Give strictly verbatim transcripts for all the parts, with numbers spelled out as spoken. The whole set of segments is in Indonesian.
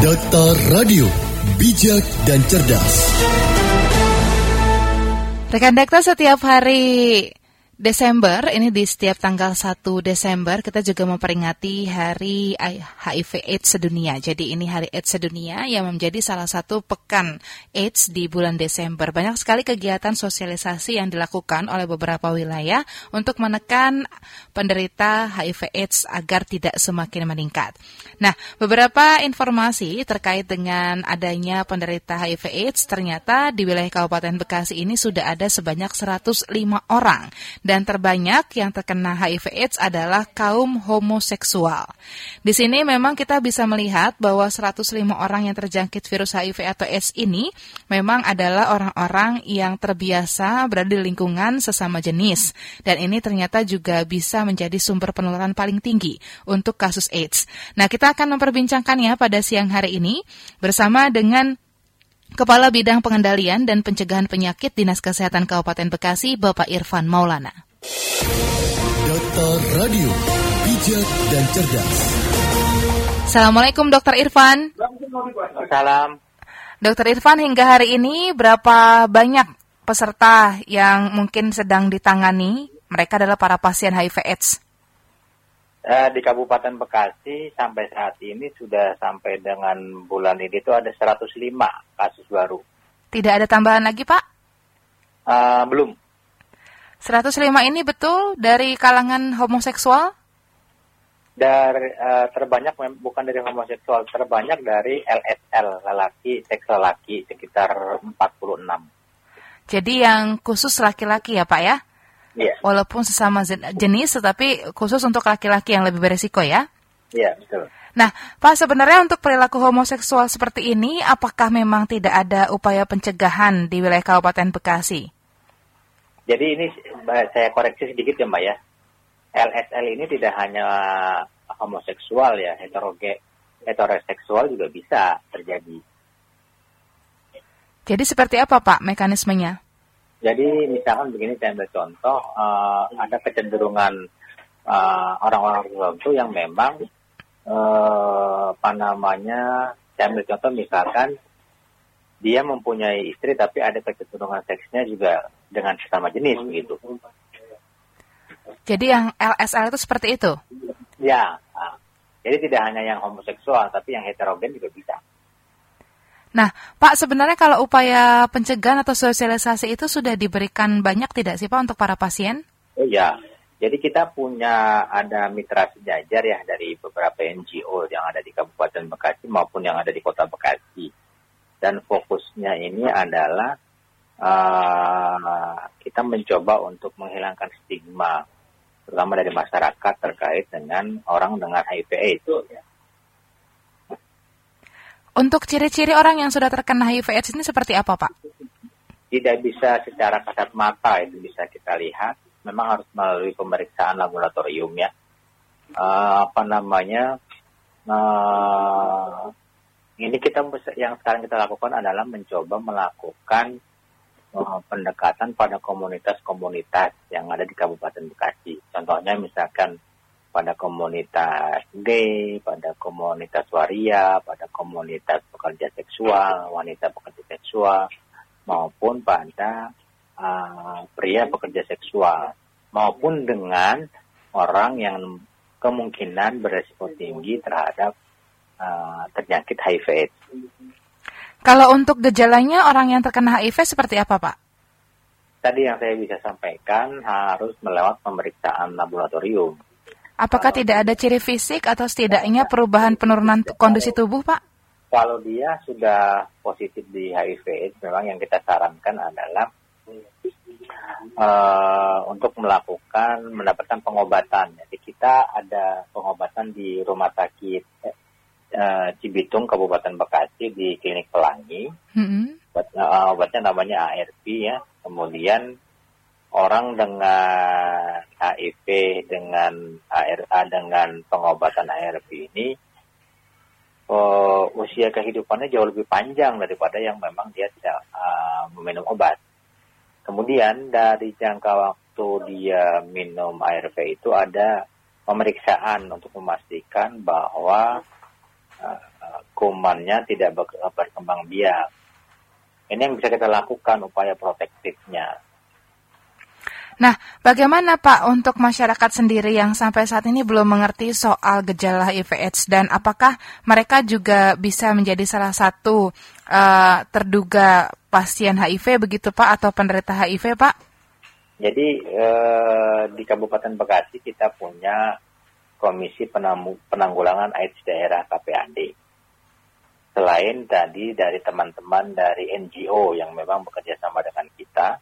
Data Radio, bijak dan cerdas. Rekan Dakta, setiap hari Desember, ini di setiap tanggal satu Desember, kita juga memperingati Hari H I V AIDS sedunia. Jadi ini Hari AIDS sedunia yang menjadi salah satu pekan AIDS di bulan Desember. Banyak sekali kegiatan sosialisasi yang dilakukan oleh beberapa wilayah untuk menekan penderita H I V AIDS agar tidak semakin meningkat. Nah, beberapa informasi terkait dengan adanya penderita H I V AIDS, ternyata di wilayah Kabupaten Bekasi ini sudah ada sebanyak seratus lima orang. Dan terbanyak yang terkena H I V AIDS adalah kaum homoseksual. Di sini memang kita bisa melihat bahwa seratus lima orang yang terjangkit virus H I V atau AIDS ini memang adalah orang-orang yang terbiasa berada di lingkungan sesama jenis. Dan ini ternyata juga bisa menjadi sumber penularan paling tinggi untuk kasus AIDS. Nah, kita akan memperbincangkannya pada siang hari ini bersama dengan Kepala Bidang Pengendalian dan Pencegahan Penyakit Dinas Kesehatan Kabupaten Bekasi, Bapak Irfan Maulana. Data Radio, bijak dan cerdas. Assalamualaikum Dokter Irfan. Salam. Dokter Irfan, hingga hari ini berapa banyak peserta yang mungkin sedang ditangani? Mereka adalah para pasien H I V AIDS. Eh, di Kabupaten Bekasi sampai saat ini sudah sampai dengan bulan ini itu ada seratus lima kasus baru. Tidak ada tambahan lagi, Pak? Uh, belum. seratus lima ini betul dari kalangan homoseksual? Dari uh, terbanyak bukan dari homoseksual, terbanyak dari L S L, lelaki seksual laki, sekitar empat puluh enam. Jadi yang khusus laki-laki ya, Pak ya? Iya. Walaupun sesama jenis, tetapi khusus untuk laki-laki yang lebih beresiko ya? Iya, betul. Nah, Pak, sebenarnya untuk perilaku homoseksual seperti ini, apakah memang tidak ada upaya pencegahan di wilayah Kabupaten Bekasi? Jadi ini saya koreksi sedikit ya, Mbak ya. L S L ini tidak hanya homoseksual ya, heteroge, heteroseksual juga bisa terjadi. Jadi seperti apa, Pak, mekanismenya? Jadi misalkan begini, saya ambil contoh, uh, ada kecenderungan uh, orang-orang tertentu yang memang uh, apa namanya, saya ambil contoh misalkan dia mempunyai istri tapi ada kecenderungan seksnya juga dengan sesama jenis begitu. Jadi yang L S L itu seperti itu? Ya, uh, jadi tidak hanya yang homoseksual tapi yang heterogen juga bisa. Nah, Pak, sebenarnya kalau upaya pencegahan atau sosialisasi itu sudah diberikan banyak tidak sih, Pak, untuk para pasien? Oh ya, jadi kita punya ada mitra sejajar ya dari beberapa N G O yang ada di Kabupaten Bekasi maupun yang ada di Kota Bekasi. Dan fokusnya ini adalah uh, kita mencoba untuk menghilangkan stigma, terutama dari masyarakat terkait dengan orang dengan H I V AIDS. Untuk ciri-ciri orang yang sudah terkena H I V AIDS ini seperti apa, Pak? Tidak bisa secara kasat mata itu bisa kita lihat. Memang harus melalui pemeriksaan laboratorium ya. Uh, apa namanya? Uh, ini kita yang sekarang kita lakukan adalah mencoba melakukan uh, pendekatan pada komunitas-komunitas yang ada di Kabupaten Bekasi. Contohnya misalkan pada komunitas gay, pada komunitas waria, pada komunitas pekerja seksual, wanita pekerja seksual, maupun pada uh, pria pekerja seksual, maupun dengan orang yang kemungkinan beresiko tinggi terhadap uh, terjangkit H I V AIDS. Kalau untuk gejalanya orang yang terkena H I V seperti apa, Pak? Tadi yang saya bisa sampaikan harus melewat pemeriksaan laboratorium. Apakah tidak ada ciri fisik atau setidaknya perubahan penurunan kondisi tubuh, Pak? Kalau dia sudah positif di H I V AIDS, memang yang kita sarankan adalah uh, untuk melakukan, mendapatkan pengobatan. Jadi kita ada pengobatan di Rumah Sakit uh, Cibitung, Kabupaten Bekasi, di Klinik Pelangi. Mm-hmm. Uh, obatnya namanya A R V ya. Kemudian orang dengan H I V dengan A R A dengan pengobatan A R V ini uh, usia kehidupannya jauh lebih panjang daripada yang memang dia tidak uh, meminum obat. Kemudian dari jangka waktu dia minum A R V itu ada pemeriksaan untuk memastikan bahwa uh, kumannya tidak berkembang biak. Ini yang bisa kita lakukan upaya protektifnya. Nah, bagaimana Pak untuk masyarakat sendiri yang sampai saat ini belum mengerti soal gejala H I V AIDS dan apakah mereka juga bisa menjadi salah satu uh, terduga pasien H I V begitu Pak atau penderita H I V Pak? Jadi uh, di Kabupaten Bekasi kita punya Komisi Penanggu- Penanggulangan AIDS Daerah K P A D. Selain tadi dari teman-teman dari N G O yang memang bekerja sama dengan kita,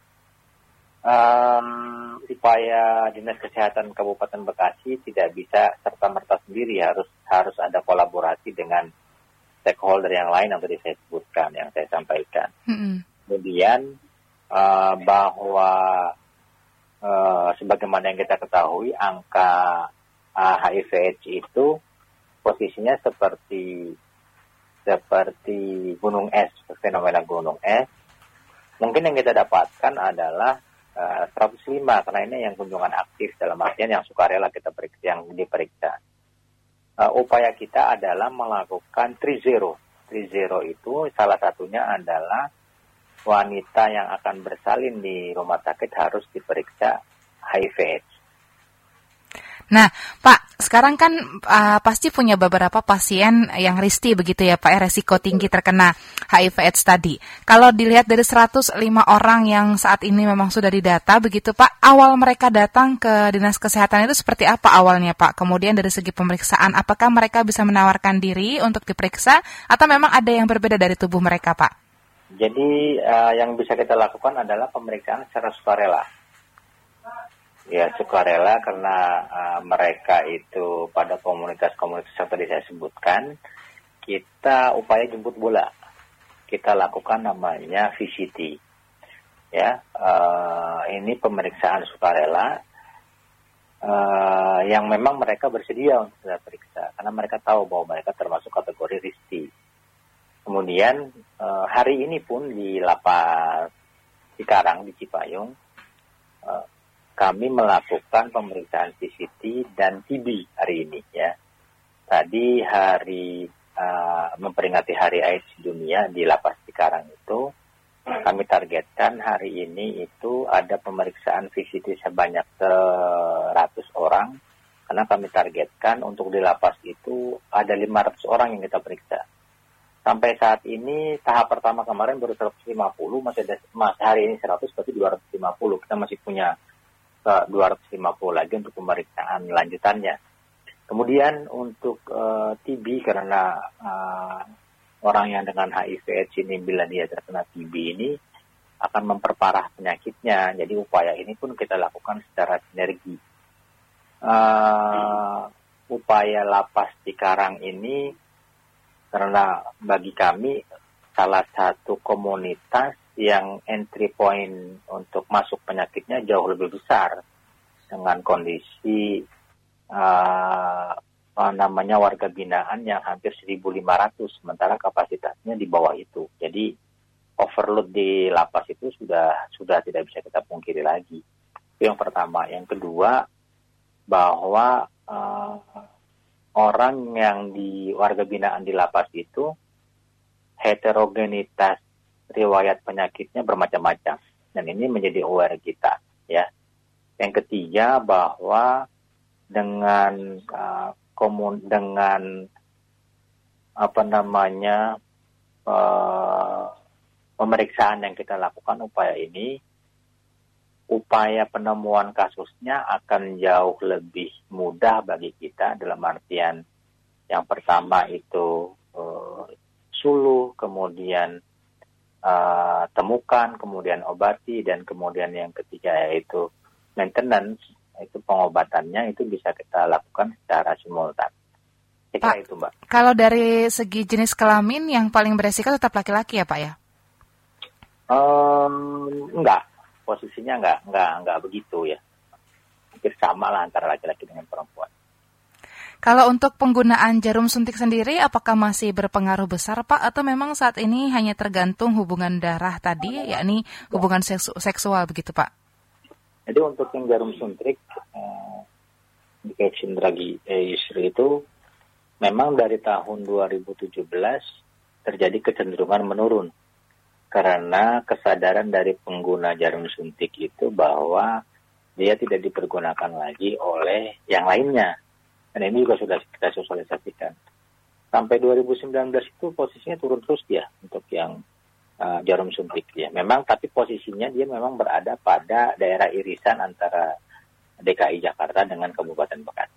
Um, upaya Dinas Kesehatan Kabupaten Bekasi tidak bisa serta-merta sendiri, harus harus ada kolaborasi dengan stakeholder yang lain yang tadi saya sebutkan, yang saya sampaikan. Mm-hmm. Kemudian uh, bahwa uh, sebagaimana yang kita ketahui, angka uh, H I V AIDS itu posisinya seperti seperti gunung es, fenomena gunung es. Mungkin yang kita dapatkan adalah Uh, seratus lima karena ini yang kunjungan aktif, dalam artian yang sukarela kita periksa, yang diperiksa. Uh, upaya kita adalah melakukan three zero. three zero itu salah satunya adalah wanita yang akan bersalin di rumah sakit harus diperiksa H I V AIDS. Nah, Pak, sekarang kan uh, pasti punya beberapa pasien yang risti begitu ya Pak, resiko tinggi terkena H I V AIDS tadi. Kalau dilihat dari seratus lima orang yang saat ini memang sudah didata begitu Pak, awal mereka datang ke Dinas Kesehatan itu seperti apa awalnya Pak? Kemudian dari segi pemeriksaan, apakah mereka bisa menawarkan diri untuk diperiksa atau memang ada yang berbeda dari tubuh mereka Pak? Jadi uh, yang bisa kita lakukan adalah pemeriksaan secara sukarela. Ya, sukarela karena uh, mereka itu pada komunitas-komunitas yang tadi saya sebutkan, kita upaya jemput bola. Kita lakukan namanya V C T. Ya, uh, ini pemeriksaan sukarela uh, yang memang mereka bersedia untuk kita periksa karena mereka tahu bahwa mereka termasuk kategori risti. Kemudian uh, hari ini pun di Lapas Cikarang di Cipayung, uh, kami melakukan pemeriksaan V C T dan T B hari ini ya. Tadi hari uh, memperingati Hari AIDS Dunia di Lapas Cikarang itu, kami targetkan hari ini itu ada pemeriksaan V C T sebanyak seratus orang, karena kami targetkan untuk di lapas itu ada lima ratus orang yang kita periksa. Sampai saat ini tahap pertama kemarin baru seratus lima puluh, masih ada masih hari ini seratus, berarti dua ratus lima puluh. Kita masih punya dua ratus lima puluh lagi untuk pemeriksaan lanjutannya. Kemudian untuk uh, T B, karena uh, orang yang dengan H I V AIDS ini bila dia terkena T B ini akan memperparah penyakitnya. Jadi upaya ini pun kita lakukan secara sinergi. Uh, upaya Lapas Cikarang ini karena bagi kami salah satu komunitas yang entry point untuk masuk penyakitnya jauh lebih besar dengan kondisi uh, apa namanya warga binaan yang hampir seribu lima ratus, sementara kapasitasnya di bawah itu. Jadi overload di lapas itu sudah sudah tidak bisa kita pungkiri lagi. Itu yang pertama. Yang kedua, bahwa uh, orang yang di warga binaan di lapas itu heterogenitas riwayat penyakitnya bermacam-macam, dan ini menjadi aware kita ya. Yang ketiga, bahwa dengan uh, komun dengan apa namanya uh, pemeriksaan yang kita lakukan, upaya ini upaya penemuan kasusnya akan jauh lebih mudah bagi kita, dalam artian yang pertama itu uh, suluh, kemudian Uh, temukan, kemudian obati, dan kemudian yang ketiga yaitu maintenance, itu pengobatannya itu bisa kita lakukan secara simultan. Pak, itu Mbak. Kalau dari segi jenis kelamin yang paling beresiko tetap laki-laki ya Pak ya? Um, enggak, posisinya enggak, enggak, enggak begitu ya. Hampir sama lah antara laki-laki dengan perempuan. Kalau untuk penggunaan jarum suntik sendiri, apakah masih berpengaruh besar, Pak? Atau memang saat ini hanya tergantung hubungan darah tadi, yakni hubungan seksu- seksual begitu, Pak? Jadi untuk yang jarum suntik, eh, indication drug eh, user itu memang dari tahun dua ribu tujuh belas terjadi kecenderungan menurun karena kesadaran dari pengguna jarum suntik itu bahwa dia tidak dipergunakan lagi oleh yang lainnya. Dan ini juga sudah kita sosialisasikan. Sampai dua ribu sembilan belas itu posisinya turun terus dia untuk yang uh, jarum suntik dia. Memang tapi posisinya dia memang berada pada daerah irisan antara D K I Jakarta dengan Kabupaten Bekasi.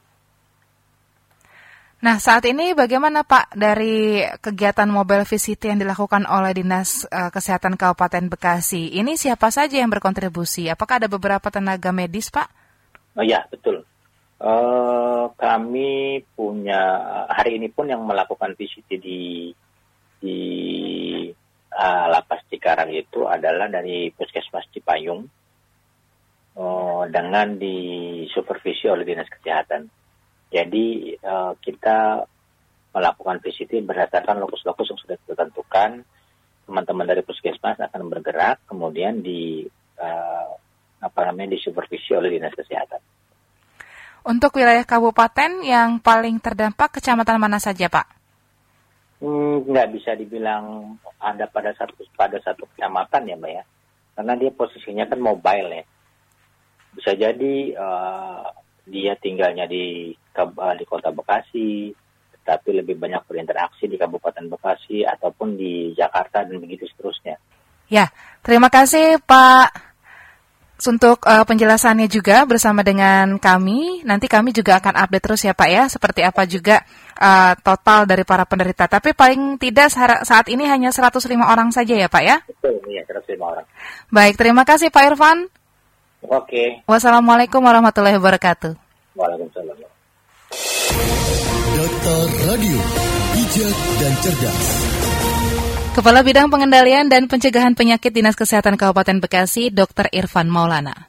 Nah, saat ini bagaimana Pak dari kegiatan mobile visit yang dilakukan oleh Dinas uh, Kesehatan Kabupaten Bekasi? Ini siapa saja yang berkontribusi? Apakah ada beberapa tenaga medis, Pak? Oh ya, betul. Uh, kami punya hari ini pun yang melakukan visit di di uh, Lapas Cikarang itu adalah dari Puskesmas Cipayung uh, dengan disupervisi oleh Dinas Kesehatan. Jadi uh, kita melakukan visit berdasarkan lokus-lokus yang sudah ditentukan. Teman-teman dari Puskesmas akan bergerak, kemudian di uh, apa namanya disupervisi oleh Dinas Kesehatan. Untuk wilayah kabupaten yang paling terdampak kecamatan mana saja, Pak? Hmm, nggak bisa dibilang ada pada satu pada satu kecamatan ya, Mbak ya, karena dia posisinya kan mobile ya. Bisa jadi uh, dia tinggalnya di di Kota Bekasi, tetapi lebih banyak berinteraksi di Kabupaten Bekasi ataupun di Jakarta dan begitu seterusnya. Ya, terima kasih Pak untuk uh, penjelasannya juga bersama dengan kami. Nanti kami juga akan update terus ya Pak ya, seperti apa juga uh, total dari para penderita. Tapi paling tidak saat ini hanya seratus lima orang saja ya Pak ya? Betul, iya seratus lima orang. Baik, terima kasih Pak Irfan. Oke. Wassalamualaikum warahmatullahi wabarakatuh. Waalaikumsalam. Data Radio, bijak dan cerdas. Kepala Bidang Pengendalian dan Pencegahan Penyakit Dinas Kesehatan Kabupaten Bekasi, Dokter Irfan Maulana.